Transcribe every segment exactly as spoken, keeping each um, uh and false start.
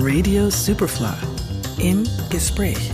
Radio Superfly im Gespräch.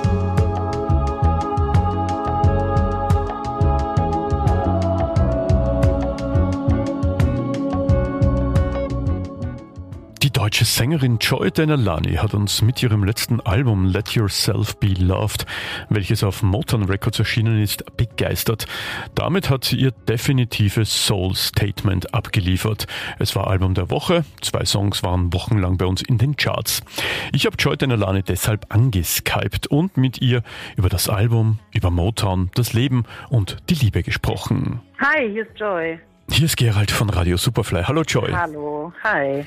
Die deutsche Sängerin Joy Denalani hat uns mit ihrem letzten Album Let Yourself Be Loved, welches auf Motown Records erschienen ist, begeistert. Damit hat sie ihr definitives Soul-Statement abgeliefert. Es war Album der Woche, zwei Songs waren wochenlang bei uns in den Charts. Ich habe Joy Denalani deshalb angeskypt und mit ihr über das Album, über Motown, das Leben und die Liebe gesprochen. Hi, hier ist Joy. Hier ist Gerald von Radio Superfly. Hallo Joy. Hallo, hi.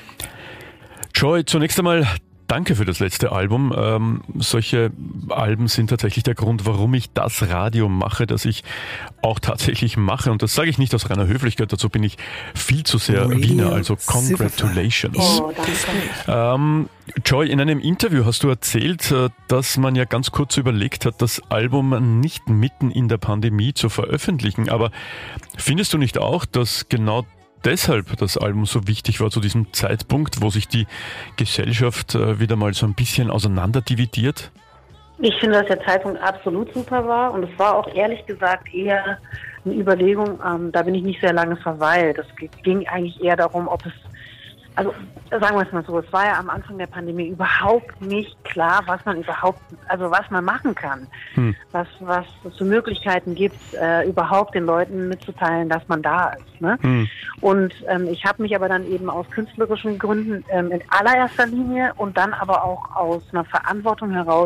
Joy, zunächst einmal danke für das letzte Album. Ähm, solche Alben sind tatsächlich der Grund, warum ich das Radio mache, das ich auch tatsächlich mache. Und das sage ich nicht aus reiner Höflichkeit, dazu bin ich viel zu sehr Radio Wiener, also congratulations. Oh, danke. Ähm, Joy, in einem Interview hast du erzählt, dass man ja ganz kurz überlegt hat, das Album nicht mitten in der Pandemie zu veröffentlichen. Aber findest du nicht auch, dass genau deshalb das Album so wichtig war zu diesem Zeitpunkt, wo sich die Gesellschaft wieder mal so ein bisschen auseinanderdividiert? Ich finde, dass der Zeitpunkt absolut super war und es war auch ehrlich gesagt eher eine Überlegung, ähm, da bin ich nicht sehr lange verweilt. Es ging eigentlich eher darum, ob es, also sagen wir es mal so, es war ja am Anfang der Pandemie überhaupt nicht klar, was man überhaupt, also was man machen kann, hm. was was es für Möglichkeiten gibt, äh, überhaupt den Leuten mitzuteilen, dass man da ist. Ne? Hm. Und ähm, ich habe mich aber dann eben aus künstlerischen Gründen ähm, in allererster Linie und dann aber auch aus einer Verantwortung heraus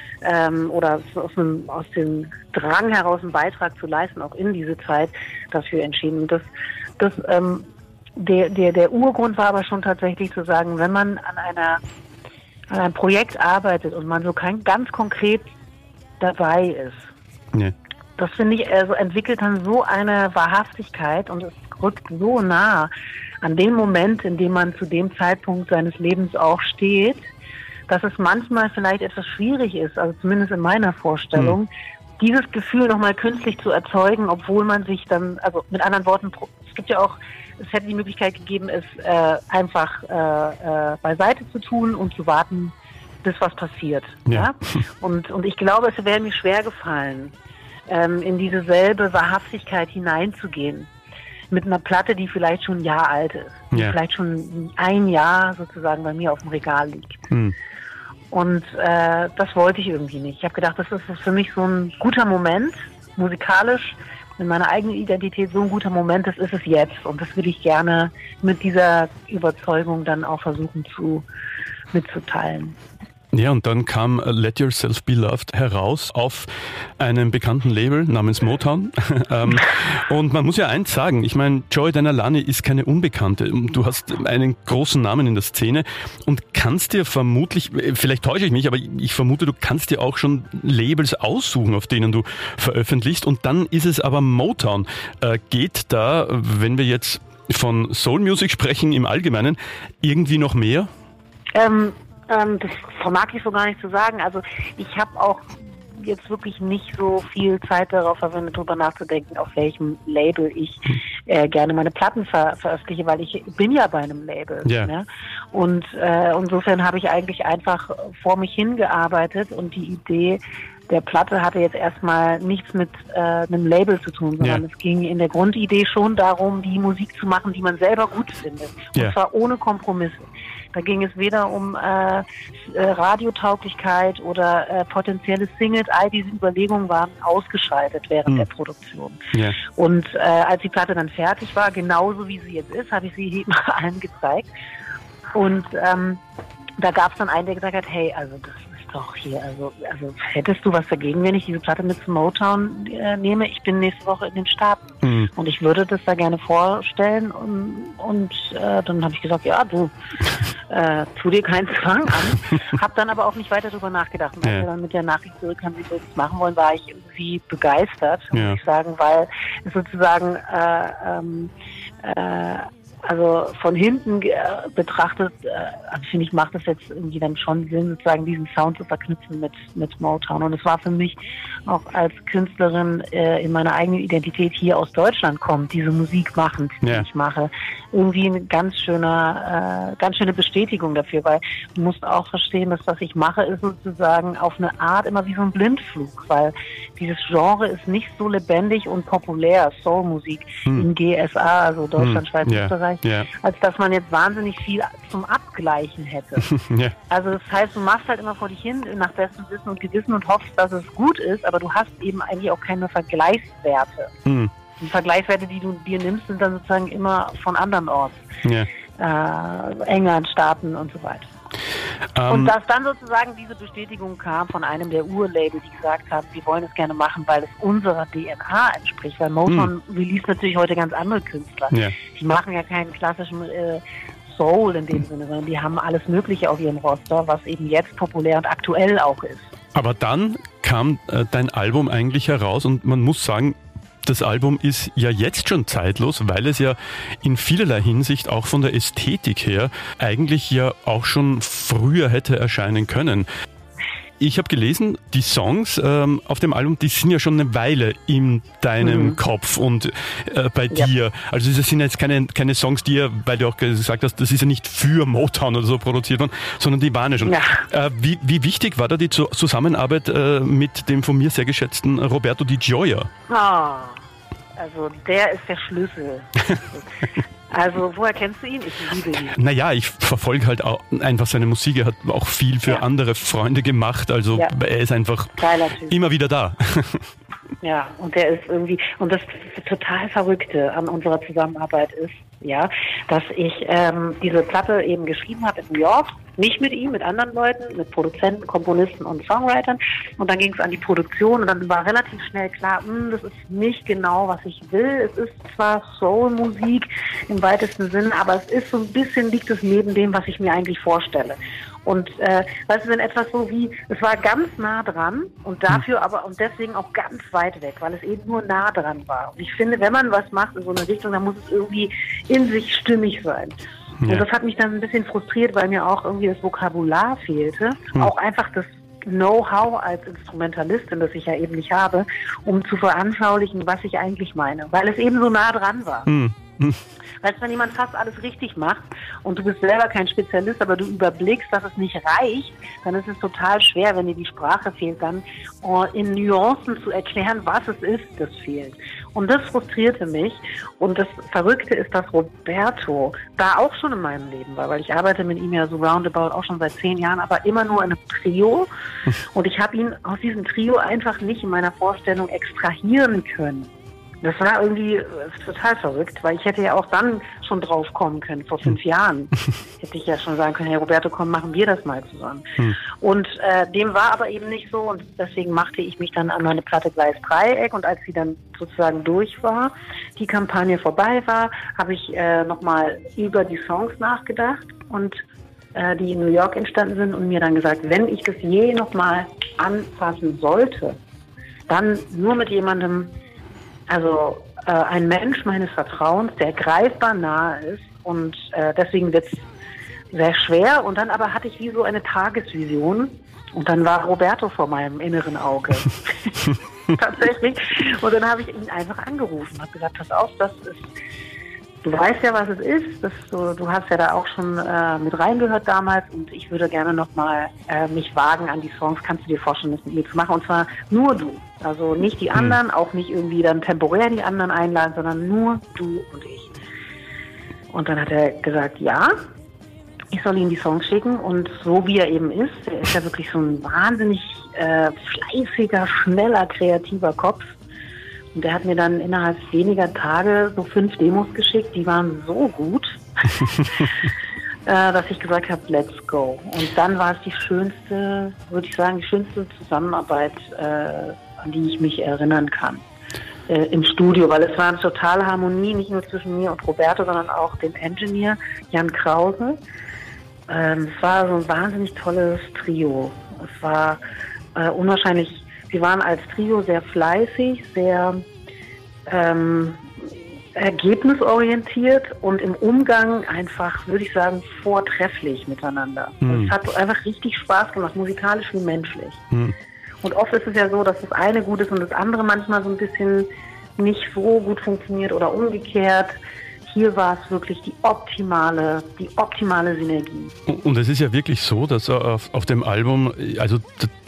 ähm, oder aus, einem, aus dem Drang heraus einen Beitrag zu leisten, auch in diese Zeit dafür entschieden. Das, das ähm, Der, der, der Urgrund war aber schon tatsächlich zu sagen, wenn man an einer an einem Projekt arbeitet und man so kein, ganz konkret dabei ist, nee. Das finde ich, also entwickelt dann so eine Wahrhaftigkeit und es rückt so nah an den Moment, in dem man zu dem Zeitpunkt seines Lebens auch steht, dass es manchmal vielleicht etwas schwierig ist, also zumindest in meiner Vorstellung, hm. dieses Gefühl nochmal künstlich zu erzeugen, obwohl man sich dann, also mit anderen Worten, es gibt ja auch, es hätte die Möglichkeit gegeben, es äh, einfach äh, äh, beiseite zu tun und zu warten, bis was passiert. Ja. Ja? Und, und ich glaube, es wäre mir schwer gefallen, ähm, in diese selbe Wahrhaftigkeit hineinzugehen. Mit einer Platte, die vielleicht schon ein Jahr alt ist. Die ja. vielleicht schon ein Jahr sozusagen bei mir auf dem Regal liegt. Hm. Und äh, das wollte ich irgendwie nicht. Ich habe gedacht, das ist für mich so ein guter Moment, musikalisch, in meiner eigenen Identität so ein guter Moment, das ist es jetzt. Und das würde ich gerne mit dieser Überzeugung dann auch versuchen zu mitzuteilen. Ja, und dann kam Let Yourself Be Loved heraus auf einem bekannten Label namens Motown. ähm, und man muss ja eins sagen, ich meine, Joy Denalani ist keine Unbekannte. Du hast einen großen Namen in der Szene und kannst dir vermutlich, vielleicht täusche ich mich, aber ich vermute, du kannst dir auch schon Labels aussuchen, auf denen du veröffentlichst. Und dann ist es aber Motown. Äh, geht da, wenn wir jetzt von Soul Music sprechen im Allgemeinen, irgendwie noch mehr? Ähm Ähm, das vermag ich so gar nicht zu sagen. Also ich habe auch jetzt wirklich nicht so viel Zeit darauf verwendet, darüber nachzudenken, auf welchem Label ich äh, gerne meine Platten ver- veröffentliche, weil ich bin ja bei einem Label. Yeah. Ne? Und äh, insofern habe ich eigentlich einfach vor mich hingearbeitet und die Idee der Platte hatte jetzt erstmal nichts mit äh, einem Label zu tun, sondern yeah. es ging in der Grundidee schon darum, die Musik zu machen, die man selber gut findet. Yeah. Und zwar ohne Kompromisse. Da ging es weder um äh, Radiotauglichkeit oder äh, potenzielle Singles. All diese Überlegungen waren ausgeschaltet während mm. der Produktion. Yeah. Und äh, als die Platte dann fertig war, genauso wie sie jetzt ist, habe ich sie eben allen gezeigt. Und ähm, da gab es dann einen, der gesagt hat, hey, also das ist doch hier, also, also hättest du was dagegen, wenn ich diese Platte mit zum Motown äh, nehme? Ich bin nächste Woche in den Staaten mhm. und ich würde das da gerne vorstellen und, und äh, dann habe ich gesagt, ja, du, äh, tu dir keinen Zwang an. Hab dann aber auch nicht weiter darüber nachgedacht. Und als ja. wir dann mit der Nachricht zurückkamen, wie wir das machen wollen, war ich irgendwie begeistert, muss ja. ich sagen, weil es sozusagen äh, ähm, äh, also von hinten äh, betrachtet, äh, also finde ich, macht es jetzt irgendwie dann schon Sinn, sozusagen diesen Sound zu verknüpfen mit, mit Motown. Und es war für mich auch als Künstlerin äh, in meiner eigenen Identität hier aus Deutschland kommt, diese Musik machend, die ja. ich mache, irgendwie eine ganz schöne, äh, ganz schöne Bestätigung dafür, weil du musst auch verstehen, dass was ich mache, ist sozusagen auf eine Art immer wie so ein Blindflug, weil dieses Genre ist nicht so lebendig und populär, Soulmusik hm. in G S A, also Deutschland, hm. Schweiz, yeah. Österreich, yeah. als dass man jetzt wahnsinnig viel zum Abgleichen hätte. yeah. Also das heißt, du machst halt immer vor dich hin nach bestem Wissen und Gewissen und hoffst, dass es gut ist, aber du hast eben eigentlich auch keine Vergleichswerte. Hm. Die Vergleichswerte, die du dir nimmst, sind dann sozusagen immer von anderen Orten. Yeah. Äh, England, Staaten und so weiter. Um, und dass dann sozusagen diese Bestätigung kam von einem der Urlabel, die gesagt haben, wir wollen es gerne machen, weil es unserer D N A entspricht. Weil Motown mm. release natürlich heute ganz andere Künstler. Yeah. Die machen ja keinen klassischen äh, Soul in dem Sinne, sondern die haben alles Mögliche auf ihrem Roster, was eben jetzt populär und aktuell auch ist. Aber dann kam äh, dein Album eigentlich heraus und man muss sagen, das Album ist ja jetzt schon zeitlos, weil es ja in vielerlei Hinsicht auch von der Ästhetik her eigentlich ja auch schon früher hätte erscheinen können. Ich habe gelesen, die Songs ähm, auf dem Album, die sind ja schon eine Weile in deinem mhm. Kopf und äh, bei ja. dir. Also das sind jetzt keine, keine Songs, die ja, weil du auch gesagt hast, das ist ja nicht für Motown oder so produziert worden, sondern die waren ja schon. Ja. Äh, wie, wie wichtig war da die Zusammenarbeit äh, mit dem von mir sehr geschätzten Roberto Di Gioia? Oh, also der ist der Schlüssel. Also, woher kennst du ihn? Ich liebe ihn. Naja, ich verfolge halt auch einfach seine Musik. Er hat auch viel für ja. andere Freunde gemacht. Also, ja. er ist einfach immer wieder da. Ja, und der ist irgendwie, und das total Verrückte an unserer Zusammenarbeit ist, ja, dass ich ähm, diese Platte eben geschrieben habe in New York, nicht mit ihm, mit anderen Leuten, mit Produzenten, Komponisten und Songwritern. Und dann ging es an die Produktion und dann war relativ schnell klar, mh, das ist nicht genau, was ich will. Es ist zwar Soul-Musik im weitesten Sinne, aber es ist so ein bisschen, liegt es neben dem, was ich mir eigentlich vorstelle. Und äh, weißt du, wenn etwas so wie, es war ganz nah dran und dafür aber und deswegen auch ganz weit weg, weil es eben nur nah dran war. Und ich finde, wenn man was macht in so eine Richtung, dann muss es irgendwie in sich stimmig sein. Ja. Und das hat mich dann ein bisschen frustriert, weil mir auch irgendwie das Vokabular fehlte, hm. auch einfach das Know-how als Instrumentalistin, das ich ja eben nicht habe, um zu veranschaulichen, was ich eigentlich meine, weil es eben so nah dran war. Hm. Hm. Weißt du, wenn jemand fast alles richtig macht und du bist selber kein Spezialist, aber du überblickst, dass es nicht reicht, dann ist es total schwer, wenn dir die Sprache fehlt, dann in Nuancen zu erklären, was es ist, das fehlt. Und das frustrierte mich. Und das Verrückte ist, dass Roberto da auch schon in meinem Leben war, weil ich arbeite mit ihm ja so roundabout auch schon seit zehn Jahren, aber immer nur in einem Trio. Und ich habe ihn aus diesem Trio einfach nicht in meiner Vorstellung extrahieren können. Das war irgendwie total verrückt, weil ich hätte ja auch dann schon drauf kommen können, vor fünf Jahren. Hätte ich ja schon sagen können, hey Roberto, komm, machen wir das mal zusammen. Hm. Und äh, dem war aber eben nicht so und deswegen machte ich mich dann an meine Platte Gleis Dreieck und als sie dann sozusagen durch war, die Kampagne vorbei war, habe ich äh, nochmal über die Songs nachgedacht und äh, die in New York entstanden sind und mir dann gesagt, wenn ich das je nochmal anfassen sollte, dann nur mit jemandem, also äh, ein Mensch meines Vertrauens, der greifbar nahe ist und äh, deswegen wird es sehr schwer. Und dann aber hatte ich wie so eine Tagesvision und dann war Roberto vor meinem inneren Auge. Tatsächlich. Und dann habe ich ihn einfach angerufen, habe gesagt, pass auf, das ist, du weißt ja, was es ist. Das so, du hast ja da auch schon äh, mit reingehört damals und ich würde gerne nochmal äh, mich wagen an die Songs. Kannst du dir vorstellen, das mit mir zu machen? Und zwar nur du. Also nicht die anderen, hm. auch nicht irgendwie dann temporär die anderen einladen, sondern nur du und ich. Und dann hat er gesagt, ja, ich soll ihm die Songs schicken und so wie er eben ist, er ist ja wirklich so ein wahnsinnig äh, fleißiger, schneller, kreativer Kopf. Und der hat mir dann innerhalb weniger Tage so fünf Demos geschickt, die waren so gut, äh, dass ich gesagt habe, let's go. Und dann war es die schönste, würde ich sagen, die schönste Zusammenarbeit, äh, an die ich mich erinnern kann. Äh, im Studio, weil es war eine totale Harmonie, nicht nur zwischen mir und Roberto, sondern auch dem Engineer Jan Krause. Ähm, es war so ein wahnsinnig tolles Trio. Es war äh, unwahrscheinlich, wir waren als Trio sehr fleißig, sehr, ähm, ergebnisorientiert und im Umgang einfach, würde ich sagen, vortrefflich miteinander. Hm. Es hat einfach richtig Spaß gemacht, musikalisch wie menschlich. Hm. Und oft ist es ja so, dass das eine gut ist und das andere manchmal so ein bisschen nicht so gut funktioniert oder umgekehrt. Hier war es wirklich die optimale, die optimale Synergie. Und es ist ja wirklich so, dass auf, auf dem Album, also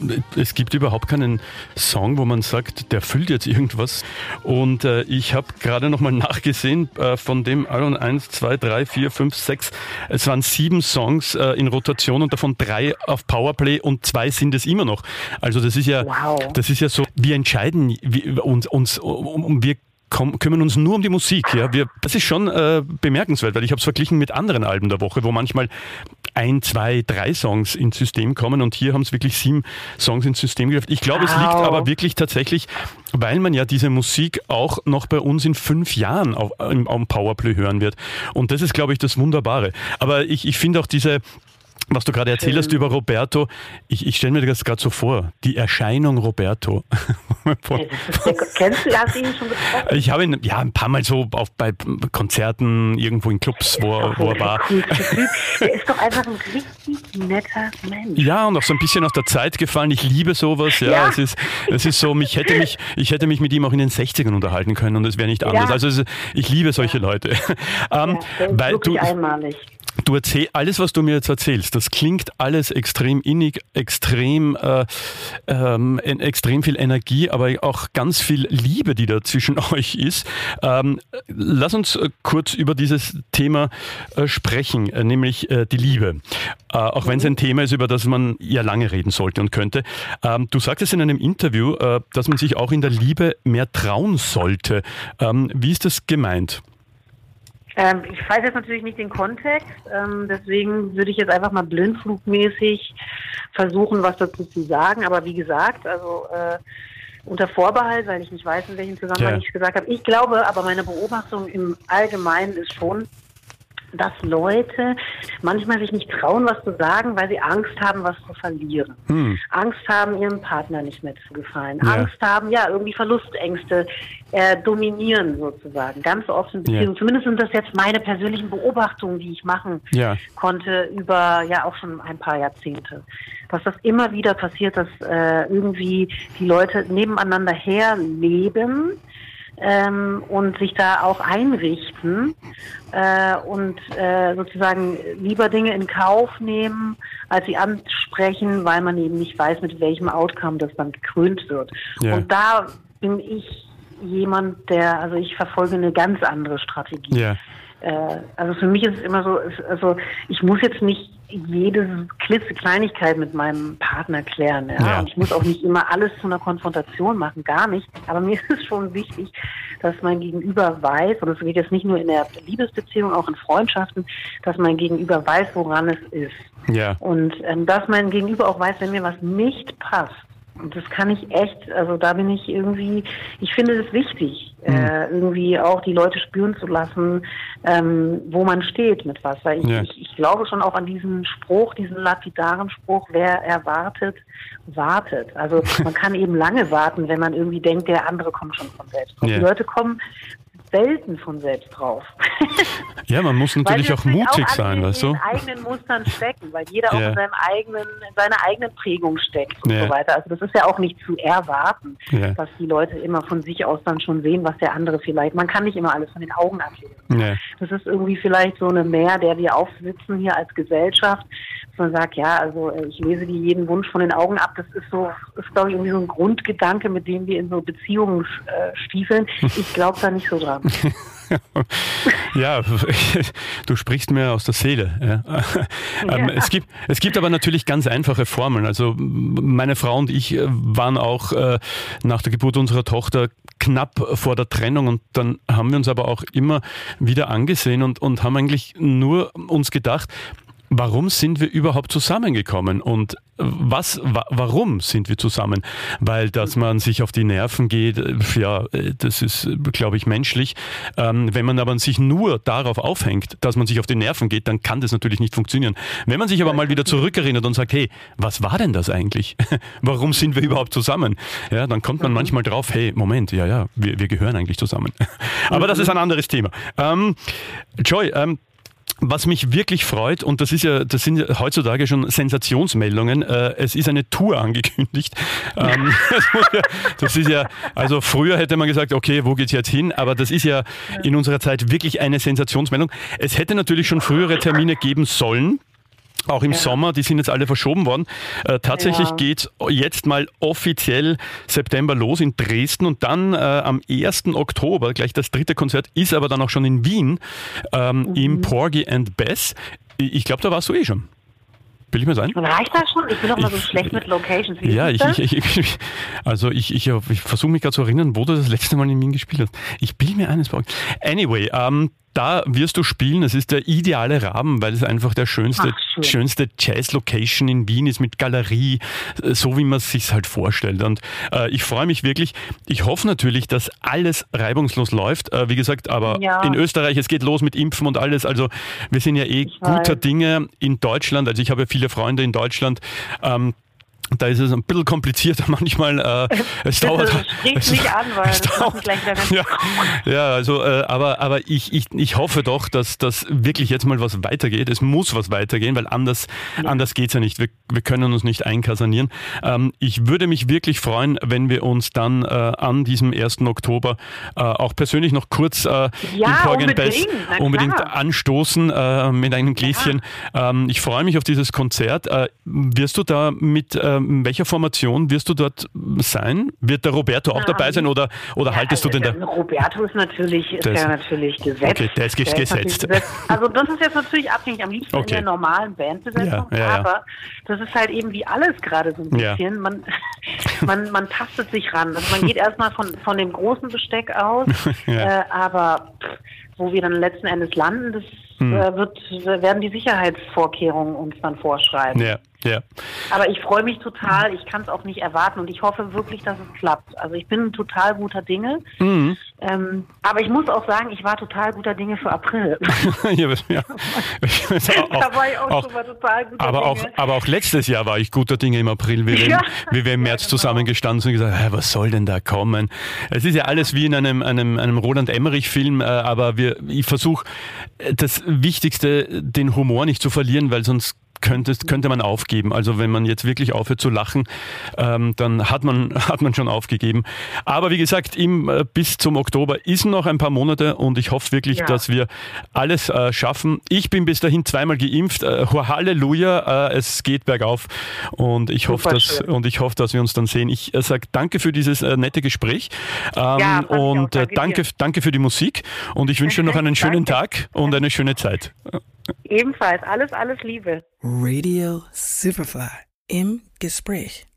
es gibt überhaupt keinen Song, wo man sagt, der füllt jetzt irgendwas. Und äh, ich habe gerade nochmal nachgesehen, äh, von dem Album eins, zwei, drei, vier, fünf, sechs, es waren sieben Songs äh, in Rotation und davon drei auf Powerplay und zwei sind es immer noch. Also das ist ja, wow. das ist ja so, wir entscheiden wir, uns, uns um, um wir Komm, kümmern uns nur um die Musik. Ja, wir, das ist schon äh, bemerkenswert, weil ich habe es verglichen mit anderen Alben der Woche, wo manchmal ein, zwei, drei Songs ins System kommen und hier haben es wirklich sieben Songs ins System geschafft. Ich glaube, wow. es liegt aber wirklich tatsächlich, weil man ja diese Musik auch noch bei uns in fünf Jahren auf, im, auf Powerplay hören wird. Und das ist, glaube ich, das Wunderbare. Aber ich, ich finde auch diese was du gerade erzählt hast über Roberto, ich, ich stelle mir das gerade so vor, die Erscheinung Roberto. Von, kennst du, hast du ihn schon getroffen? Ich habe ihn ja ein paar Mal so auf, bei Konzerten, irgendwo in Clubs, wo, wo er war. Der ist doch einfach ein richtig netter Mensch. Ja, und auch so ein bisschen aus der Zeit gefallen. Ich liebe sowas. Ja, ja. Es ist, es ist so, mich hätte mich, ich hätte mich mit ihm auch in den sechzigern unterhalten können und es wäre nicht anders. Ja. Also es, ich liebe solche ja. Leute. Ähm, ja, der ist weil wirklich du, einmalig. Du erzählst, alles, was du mir jetzt erzählst, das klingt alles extrem innig, extrem, äh, ähm, extrem viel Energie, aber auch ganz viel Liebe, die da zwischen euch ist. Ähm, lass uns kurz über dieses Thema äh, sprechen, äh, nämlich äh, die Liebe. Äh, auch wenn es ein Thema ist, über das man ja lange reden sollte und könnte. Ähm, du sagtest in einem Interview, äh, dass man sich auch in der Liebe mehr trauen sollte. Ähm, wie ist das gemeint? Ähm, ich weiß jetzt natürlich nicht den Kontext, ähm, deswegen würde ich jetzt einfach mal blindflugmäßig versuchen, was dazu zu sagen. Aber wie gesagt, also äh, unter Vorbehalt, weil ich nicht weiß, in welchem Zusammenhang ja. ich es gesagt habe. Ich glaube, aber meine Beobachtung im Allgemeinen ist schon, dass Leute manchmal sich nicht trauen, was zu sagen, weil sie Angst haben, was zu verlieren. Hm. Angst haben, ihrem Partner nicht mehr zu gefallen. Ja. Angst haben, ja, irgendwie Verlustängste äh, dominieren sozusagen. Ganz oft in Beziehungen. Ja. Zumindest sind das jetzt meine persönlichen Beobachtungen, die ich machen ja. konnte über ja auch schon ein paar Jahrzehnte. Dass das immer wieder passiert, dass äh, irgendwie die Leute nebeneinander herleben, Ähm, und sich da auch einrichten äh, und äh, sozusagen lieber Dinge in Kauf nehmen, als sie ansprechen, weil man eben nicht weiß, mit welchem Outcome das dann gekrönt wird. Ja. Und da bin ich jemand, der, also ich verfolge eine ganz andere Strategie. Ja. Äh, also für mich ist es immer so, ist, also ich muss jetzt nicht jede klitzekleinigkeit mit meinem Partner klären. Ja? Ja. Und ich muss auch nicht immer alles zu einer Konfrontation machen, gar nicht. Aber mir ist es schon wichtig, dass mein Gegenüber weiß, und das geht jetzt nicht nur in der Liebesbeziehung, auch in Freundschaften, dass mein Gegenüber weiß, woran es ist. Ja. Und ähm, dass mein Gegenüber auch weiß, wenn mir was nicht passt. Und das kann ich echt, also da bin ich irgendwie, ich finde es wichtig, mhm. äh, irgendwie auch die Leute spüren zu lassen, ähm, wo man steht mit was. Weil ich, ja. ich, ich glaube schon auch an diesen Spruch, diesen lapidaren Spruch, wer erwartet, wartet. Also man kann eben lange warten, wenn man irgendwie denkt, der andere kommt schon von selbst drauf. Ja. Die Leute kommen selten von selbst drauf. Ja, man muss natürlich auch mutig auch sein, weißt du? In seinen eigenen Mustern stecken, weil jeder ja. auch in seinem eigenen, in seiner eigenen Prägung steckt und ja. so weiter. Also das ist ja auch nicht zu erwarten, ja. dass die Leute immer von sich aus dann schon sehen, was der andere vielleicht, man kann nicht immer alles von den Augen ablesen. Ja. Das ist irgendwie vielleicht so eine Mehr, der wir aufsitzen hier als Gesellschaft, dass man sagt, ja, also ich lese dir jeden Wunsch von den Augen ab. Das ist so, ist glaube ich irgendwie so ein Grundgedanke, mit dem wir in so Beziehungen äh, stiefeln. Ich glaube da nicht so dran. Ja, du sprichst mir aus der Seele. Ja. Ähm, ja. Es gibt, es gibt aber natürlich ganz einfache Formeln. Also meine Frau und ich waren auch äh, nach der Geburt unserer Tochter knapp vor der Trennung und dann haben wir uns aber auch immer wieder angesehen und, und haben eigentlich nur uns gedacht, warum sind wir überhaupt zusammengekommen und was, wa- warum sind wir zusammen? Weil, dass man sich auf die Nerven geht, ja, das ist, glaube ich, menschlich. Ähm, wenn man aber sich nur darauf aufhängt, dass man sich auf die Nerven geht, dann kann das natürlich nicht funktionieren. Wenn man sich aber mal wieder zurückerinnert und sagt, hey, was war denn das eigentlich? Warum sind wir überhaupt zusammen? Ja, dann kommt man manchmal drauf, hey, Moment, ja, ja, wir, wir gehören eigentlich zusammen. Aber das ist ein anderes Thema. Ähm, Joy, ähm, was mich wirklich freut, und das ist ja, das sind ja heutzutage schon Sensationsmeldungen, äh, es ist eine Tour angekündigt. Ähm, das ist ja, also früher hätte man gesagt, okay, wo geht's jetzt hin? Aber das ist ja in unserer Zeit wirklich eine Sensationsmeldung. Es hätte natürlich schon frühere Termine geben sollen. Auch im ja. Sommer, die sind jetzt alle verschoben worden. Äh, tatsächlich ja. geht jetzt mal offiziell September los in Dresden und dann äh, am ersten Oktober, gleich das dritte Konzert, ist aber dann auch schon in Wien ähm, mhm. im Porgy and Bess. Ich glaube, da warst du eh schon. Will ich mal sein? Reicht das schon? Ich bin doch mal so ich, schlecht mit Locations. Wie ja, ich, ich, ich, also ich, ich, ich versuche mich gerade zu erinnern, wo du das letzte Mal in Wien gespielt hast. Ich bilde mir eines. Anyway, ähm, da wirst du spielen. Es ist der ideale Rahmen, weil es einfach der schönste, Ach, schönste Jazz-Location in Wien ist mit Galerie, so wie man es sich halt vorstellt. Und äh, ich freue mich wirklich. Ich hoffe natürlich, dass alles reibungslos läuft. Äh, wie gesagt, aber ja. in Österreich, es geht los mit Impfen und alles. Also wir sind ja eh ich guter weiß. Dinge in Deutschland. Also ich habe ja viele Freunde in Deutschland. Ähm, Da ist es ein bisschen komplizierter manchmal. Äh, es Bitte, dauert. Sprich es, mich an, weil es das dauert, macht gleich wieder ganz ja, ja, also, äh, aber, aber ich, ich, ich hoffe doch, dass das wirklich jetzt mal was weitergeht. Es muss was weitergehen, weil anders, ja. anders geht's ja nicht. Wir, wir können uns nicht einkasanieren. Ähm, ich würde mich wirklich freuen, wenn wir uns dann äh, an diesem ersten Oktober äh, auch persönlich noch kurz äh, ja, im Porgy and Bess unbedingt anstoßen äh, mit einem Gläschen. Ja. Ähm, ich freue mich auf dieses Konzert. Äh, wirst du da mit äh, in welcher Formation wirst du dort sein? Wird der Roberto auch dabei sein oder, oder ja, haltest also du den da? Roberto ist natürlich, ist ja natürlich gesetzt. Okay, der ist der gesetzt. Ist gesetzt. Also das ist jetzt natürlich abhängig am liebsten okay. in der normalen Bandbesetzung, ja, ja, ja. aber das ist halt eben wie alles gerade so ein bisschen. Ja. Man, man, man tastet sich ran. Also man geht erstmal von, von dem großen Besteck aus, ja. äh, aber wo wir dann letzten Endes landen, das hm. äh, wird, werden die Sicherheitsvorkehrungen uns dann vorschreiben. Ja. Ja. Aber ich freue mich total, ich kann es auch nicht erwarten und ich hoffe wirklich, dass es klappt. Also ich bin total guter Dinge, mhm. ähm, aber ich muss auch sagen, ich war total guter Dinge für April. ja, ja. da war ich auch, auch schon mal total guter aber Dinge. Auch, aber auch letztes Jahr war ich guter Dinge im April, wie wir, ja. wie wir im März ja, genau. zusammengestanden sind und gesagt, hey, was soll denn da kommen? Es ist ja alles wie in einem, einem, einem Roland Emmerich-Film, äh, aber wir, ich versuche das Wichtigste, den Humor nicht zu verlieren, weil sonst Könnte, könnte man aufgeben. Also wenn man jetzt wirklich aufhört zu lachen, ähm, dann hat man, hat man schon aufgegeben. Aber wie gesagt, im, äh, bis zum Oktober ist noch ein paar Monate und ich hoffe wirklich, ja. dass wir alles äh, schaffen. Ich bin bis dahin zweimal geimpft. Äh, Halleluja, äh, es geht bergauf und ich hoffe, dass, und ich hoffe, dass wir uns dann sehen. Ich äh, sage danke für dieses äh, nette Gespräch ähm, ja, und äh, danke, danke für die Musik und ich wünsche dir noch einen schönen Tag und eine schöne Zeit. Ebenfalls. Alles, alles Liebe. Radio Superfly im Gespräch.